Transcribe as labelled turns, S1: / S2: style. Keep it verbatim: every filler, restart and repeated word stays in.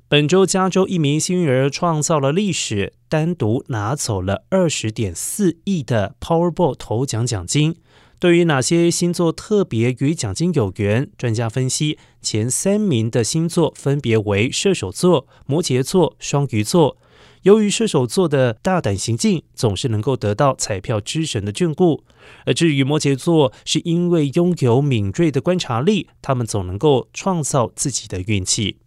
S1: 本周加州一名幸运儿创造了历史，单独拿走了 二十点四亿的 Powerball 头奖奖金。对于哪些星座特别与奖金有缘，专家分析前三名的星座分别为射手座、摩羯座、双鱼座。由于射手座的大胆行径，总是能够得到彩票之神的眷顾。而至于摩羯座，是因为拥有敏锐的观察力，他们总能够创造自己的运气。